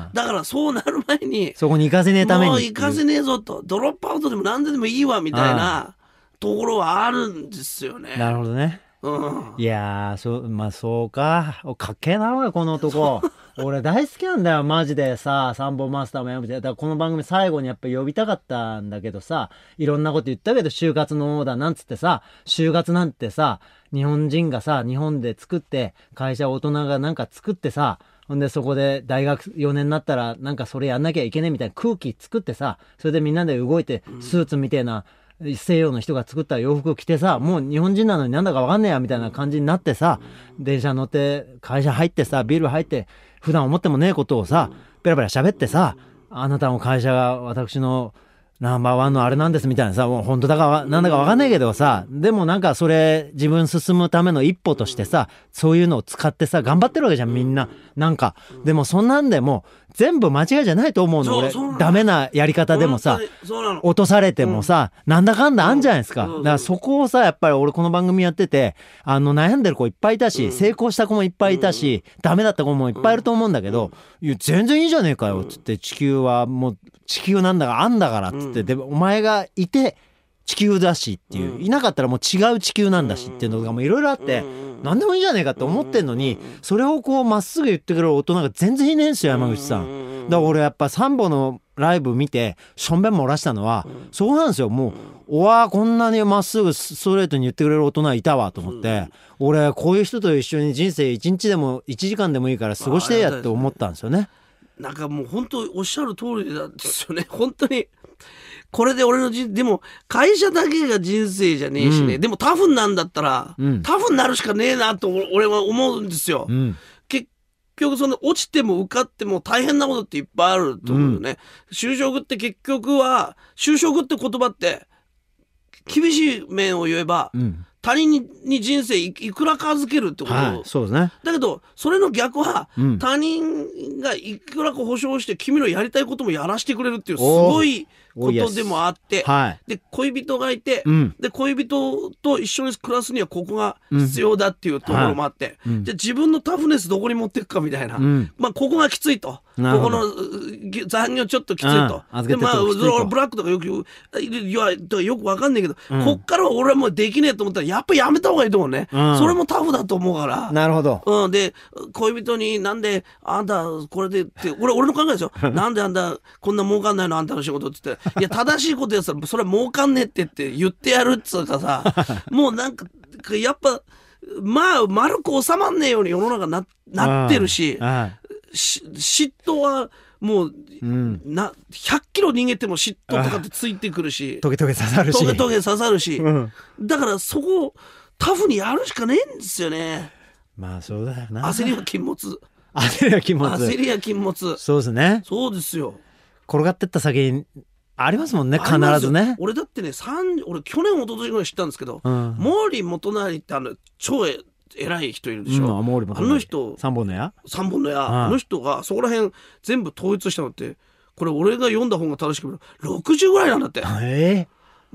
だからそうなる前にそこに行かせねえために、 もう行かせねえぞと、ドロップアウトでも何でもいいわみたいなところはあるんですよね。 なるほどね。いやー、そうか。かっけえなおいこの男。俺大好きなんだよマジでさ。サンボマスターもやめて、だからこの番組最後にやっぱ呼びたかったんだけどさ、いろんなこと言ったけど就活のだなんつってさ、就活なんてさ、日本人がさ日本で作って会社大人がなんか作ってさ、ほんでそこで大学4年になったらなんかそれやんなきゃいけねえみたいな空気作ってさ、それでみんなで動いてスーツみたいな西洋の人が作った洋服着てさ、もう日本人なのになんだかわかんねえやみたいな感じになってさ、電車乗って会社入ってさ、ビル入って普段思ってもねえことをさペラペラ喋ってさ、あなたの会社が私のナンバーワンのあれなんですみたいなさ、もう本当だかなんだかわかんないけどさ、でもなんかそれ自分進むための一歩としてさ、そういうのを使ってさ頑張ってるわけじゃんみんな。なんかでもそんなんでも全部間違いじゃないと思うの俺。ダメなやり方でもさ落とされてもさ、なんだかんだあんじゃないですか。だからそこをさ、やっぱり俺この番組やってて悩んでる子いっぱいいたし、成功した子もいっぱいいたし、ダメだった子もいっぱいいると思うんだけど、いや全然いいじゃねえかよっつって、地球はもう地球なんだからあんだからっつって、でお前がいて地球だしっていう、いなかったらもう違う地球なんだしっていうのがもういろいろあって、何でもいいじゃねえかって思ってんのに、それをこうまっすぐ言ってくれる大人が全然いねえんすよ山口さん。だから俺やっぱサンボのライブ見てしょんべん漏らしたのはそこなんですよ。もうこんなにまっすぐストレートに言ってくれる大人いたわと思って、俺こういう人と一緒に人生1日でも1時間でもいいから過ごしてやって思ったんですよね。 なんかもう本当おっしゃる通りなんですよね。本当にこれで俺のでも会社だけが人生じゃねえしね、でもタフになんだったら、タフになるしかねえなと俺は思うんですよ。結局その落ちても受かっても大変なことっていっぱいあると思うよね。就職って結局は就職って言葉って厳しい面を言えば、他人に人生いくらか預けるってこと、 そうですね。 だけどそれの逆は、他人がいくらか保証して君のやりたいこともやらせてくれるっていうすごいことでもあって、で恋人がいて、で恋人と一緒に暮らすにはここが必要だっていうところもあって、じゃあ自分のタフネスどこに持っていくかみたいな、ここがきついと、ここの残業ちょっときついと、でブラックとかよくわかんないけど、こっからは俺はもうできねえと思ったらやっぱやめた方がいいと思うね。それもタフだと思うから。 なるほど。 で恋人になんであんたこれでって俺の考えですよ。なんであんたこんな儲かんないのあんたの仕事って言って、いや正しいことやったらそれは儲かんねえって言ってやるっつうかさもうなんかやっぱ丸く収まんねえように世の中なってるし、嫉妬はもう、100キロ逃げても嫉妬とかってついてくるし、 トゲトゲ刺さるし、 だからそこをタフにやるしかねえんですよね。 まあそうだよな。 焦りは禁物。 焦りは禁物。そうですね。 そうですよ。 転がってった先ありますもんね、必ずね。 俺だってね、俺去年一昨年ぐらい知ったんですけど、毛利元就って超偉い人いるでしょ。あの人三本の矢、 あの人がそこら辺全部統一したのって、これ俺が読んだ本が正しく60ぐらいなんだって。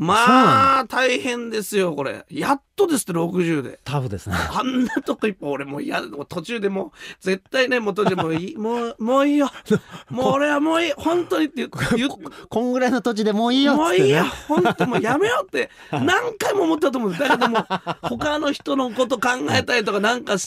まあ大変ですよこれ。やっとですって60で。 タフですね。 あんなとこ一歩俺もう途中でもう絶対ねもう途中でもういいもういいよ。もう俺はもういい本当にってこんぐらいの土地でもういいよっつって、ね、 もういいよ本当もうやめようって何回も思ったと思うんです。だけども他の人のこと考えたりとかなんかして、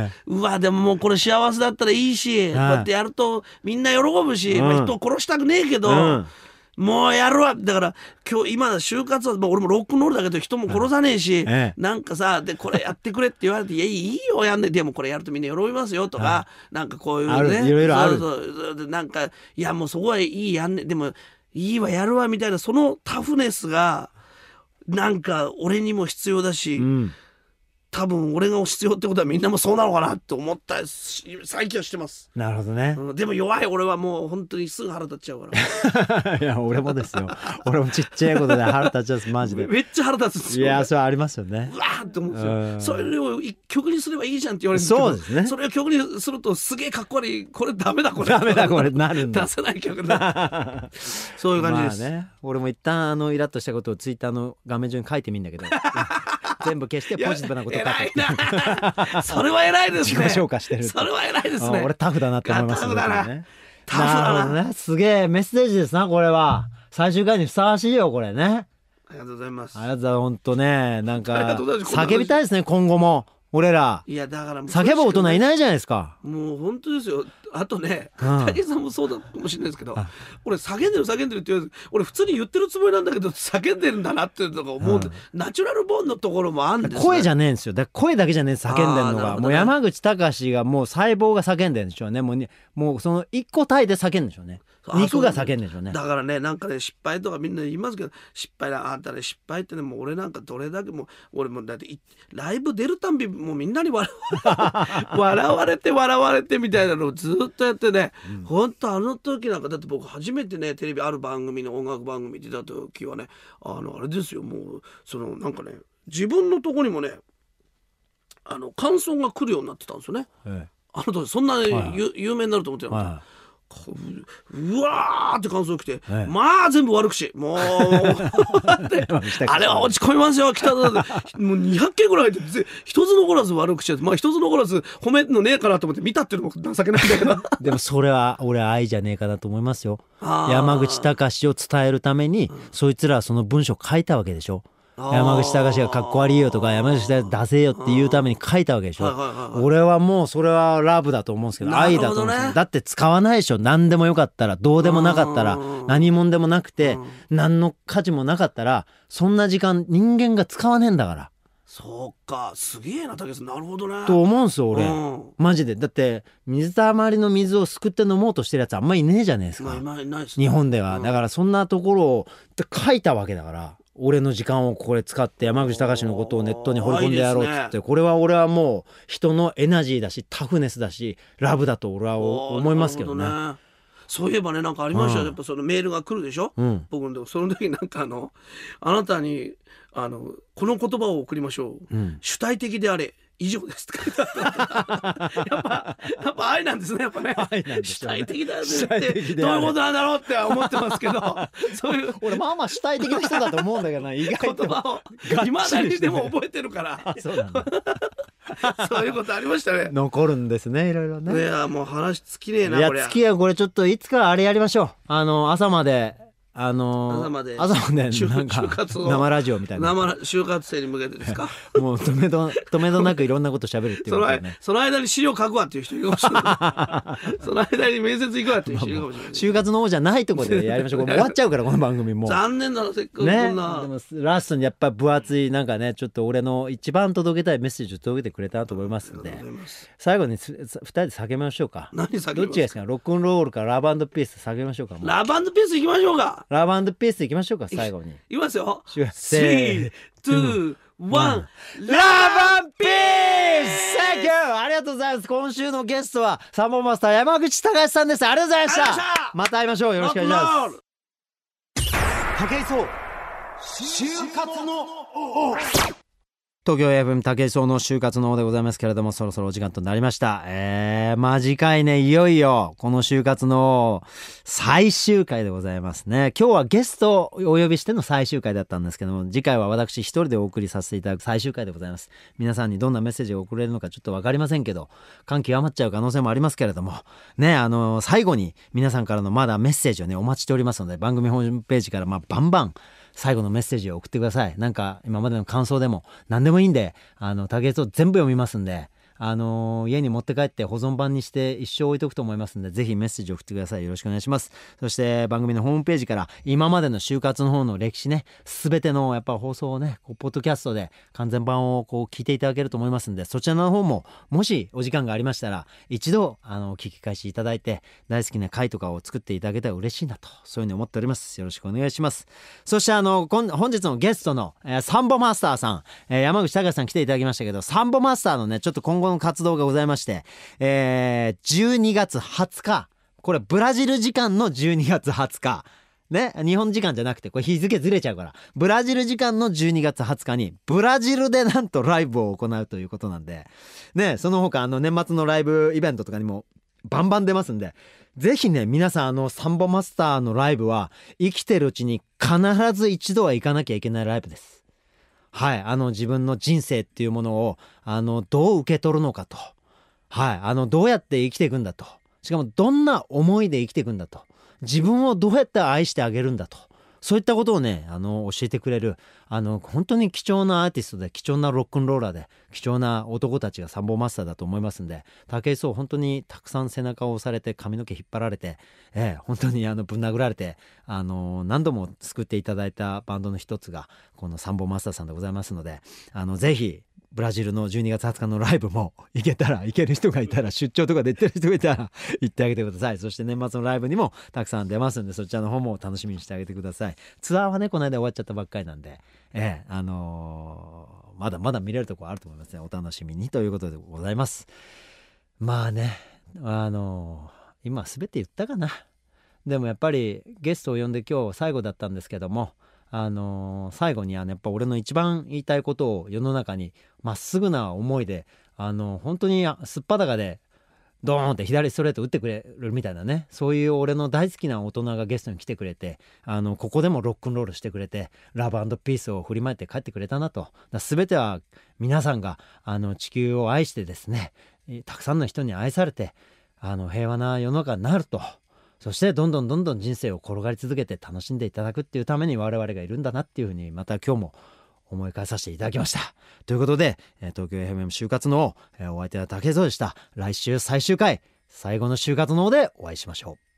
うわでももうこれ幸せだったらいいし、こうやってやるとみんな喜ぶし、まあ、人を殺したくねえけど。もうやるわ。だから今日今就活は俺もロックンロールだけど人も殺さねえし、なんかさでこれやってくれって言われていやいいよやんねでもこれやるとみんな喜びますよとか、なんかこういうねいろいろある。 そうなんかいやもうそこはいいやんねでもいいわやるわみたいなそのタフネスがなんか俺にも必要だし、多分俺が必要ってことはみんなもそうなのかなって思った最近はしてます。 なるほどね、 でも弱い俺はもう本当にすぐ腹立っちゃうからいや俺もですよ。俺もちっちゃいことで腹立っちゃうんですマジで。 めっちゃ腹立つんですよ。 いやそれありますよね。 うわーって思うんですよ。それを曲にすればいいじゃんって言われるんですけど、 そうですね。 それを曲にするとすげえかっこ悪いこれダメだこれダメだこれなるんだ。 出せない曲だそういう感じです。 まあね、俺も一旦イラッとしたことをツイッターの画面上に書いてみんだけど全部消してポジティブなこと書く。 偉いなそれは偉いですね。 自己紹介してる。 それは偉いですね。 俺タフだなって思いますよ。 タフだな。 ね、 タフだな。 ね、すげえメッセージですなこれは。最終回にふさわしいよこれね。 ありがとうございます。 ありがとうございます。本当ねなんか叫びたいですね今後も。俺らいやだから叫ぶ大人いないじゃないですか。 もう本当ですよ。あとね武井さんもそうだかもしれないですけど、俺叫んでるって言われて俺普通に言ってるつもりなんだけど叫んでるんだなっていうのが思う、ナチュラルボーンのところもあるんですね。 声じゃねえんですよ。だから声だけじゃねえ叫んでるのが、もう山口隆がもう細胞が叫んでるんでしょうね。もうその一個体で叫んでるんでしょうね。肉が叫んでるんでしょうね。 だからねなんかね失敗とかみんな言いますけど失敗だあんたね失敗ってねもう俺なんかどれだけも俺もだってライブ出るたんびもうみんなに笑われてみたいなのをずっとやってね、ほんとあの時なんかだって僕初めてねテレビある番組の音楽番組出た時はねあれですよもうそのなんかね自分のとこにもね感想が来るようになってたんですよね、あの時そんな、有名になると思ってなかった、うわーって感想来て、まあ全部悪口もうあれは落ち込みますよ来たのでもう200件ぐらいで一つ残らず悪口やまあ一つ残らず褒めるのねえかなと思って見たっていうのも情けないんだけどでもそれは俺愛じゃねえかなと思いますよ。山口隆を伝えるために、そいつらはその文章書いたわけでしょ。山口隆がかっこ悪いよとか山口隆出せよっていうために書いたわけでしょ、俺はもうそれはラブだと思うんですけど、愛だと思うんですよ。だって使わないでしょ。何でもよかったらどうでもなかったら何もんでもなくて何の価値もなかったらそんな時間人間が使わねえんだから。 そうかすげえな武井さんなるほどねと思うんですよ俺、マジで。だって水たまりの水をすくって飲もうとしてるやつあんまりいねえじゃねえですか、日本では。だからそんなところを書いたわけだから俺の時間をこれ使って山口隆のことをネットに掘り込んでやろうっつって、これは俺はもう人のエナジーだしタフネスだしラブだと俺は思いますけどね。 そういえばねなんかありましたよ、やっぱそのメールが来るでしょ、僕のその時なんかあなたにこの言葉を送りましょう、主体的であれ以上ですって書いてあったやっぱ愛なんですねやっぱね。主体的だってどういうことなんだろうって思ってますけどそういう俺まあまあ主体的な人だと思うんだけどな意外と言葉を今だにでも覚えてるからそうなんだそういうことありましたね。 残るんですねいろいろね。 いやもう話尽きねえな。 いや尽きやこれちょっといつかあれやりましょう。朝まで朝までなんか生ラジオみたいな就活生に向けてですかもう止めどなくいろんなこと喋るっていうことねその間に資料書くわっていう人いるかもしれないその間に面接行くわっていう人いるかもしれない。 就活の方じゃないところでやりましょう。もう終わっちゃうからこの番組も残念だなせっかくこんな、 でもラストにやっぱ分厚いなんかねちょっと俺の一番届けたいメッセージを届けてくれたなと思いますんで、最後に2人で叫びましょうか。 何叫びますか。 どっちがいいですか。ロックンロールかラブ&ピース叫びましょうか。 ラブ&ピース行きましょうか。 ラブ&ピース行きましょうか。最後にいきますよ。 3、 2、1ラブ& ピース。サンキュー。ありがとうございます。今週のゲストはサンボマスター山口隆さんです。ありがとうございました。また会いましょう。よろしくお願いします。武井壮就活の東京 FM 武井壮の就活の方でございますけれども、そろそろお時間となりました。次回ね、いよいよこの就活の最終回でございますね。今日はゲストをお呼びしての最終回だったんですけども、次回は私一人でお送りさせていただく最終回でございます。皆さんにどんなメッセージが送れるのかちょっと分かりませんけど、感極まっちゃう可能性もありますけれどもね、最後に皆さんからのまだメッセージをねお待ちしておりますので、番組ホームページからバンバン最後のメッセージを送ってください。なんか今までの感想でも何でもいいんで、竹内を全部読みますんで、家に持って帰って保存版にして一生置いとくと思いますので、ぜひメッセージを送ってください。よろしくお願いします。そして番組のホームページから今までの就活の方の歴史ね、すべてのやっぱ放送をねポッドキャストで完全版を聞いていただけると思いますので、そちらの方ももしお時間がありましたら一度聞き返しいただいて、大好きな回とかを作っていただけたら嬉しいなと、そういうふうに思っております。よろしくお願いします。そして本日のゲストの、サンボマスターさん、山口隆さん来ていただきましたけど、サンボマスターのねちょっと今後の活動がございまして、12月20日、これブラジル時間の12月20日ね、日本時間じゃなくてこれ日付ずれちゃうから、ブラジル時間の12月20日にブラジルでなんとライブを行うということなんでね、その他年末のライブイベントとかにもバンバン出ますんで、ぜひね皆さんサンボマスターのライブは生きてるうちに必ず一度は行かなきゃいけないライブです。はい、自分の人生っていうものをどう受け取るのかと、はい、どうやって生きていくんだと、しかもどんな思いで生きていくんだと、自分をどうやって愛してあげるんだと、そういったことをね教えてくれる本当に貴重なアーティストで、貴重なロックンローラーで、貴重な男たちがサンボマスターだと思いますんで、武井壮本当にたくさん背中を押されて髪の毛引っ張られて、本当にぶん殴られて何度も救っていただいたバンドの一つがこのサンボマスターさんでございますので、ぜひブラジルの12月20日のライブも行ける人がいたら、出張とかで行ってる人がいたら行ってあげてください。そして年末のライブにもたくさん出ますんで、そちらの方も楽しみにしてあげてください。ツアーはねこの間終わっちゃったばっかりなんで、まだまだ見れるところあると思いますね。お楽しみにということでございます。まあね今全て言ったかな。でもやっぱりゲストを呼んで今日最後だったんですけども、最後にやっぱ俺の一番言いたいことを世の中にまっすぐな思いで本当にすっぱだかでドーンって左ストレート打ってくれるみたいなね、そういう俺の大好きな大人がゲストに来てくれて、ここでもロックンロールしてくれて、ラブ&ピースを振りまいて帰ってくれたなと。全ては皆さんが地球を愛してですね、たくさんの人に愛されて平和な世の中になると、そしてどんどん人生を転がり続けて楽しんでいただくっていうために我々がいるんだなっていうふうに、また今日も思い返させていただきました。ということで東京 FM 就活のお相手は竹蔵でした。来週最終回、最後の就活の方でお会いしましょう。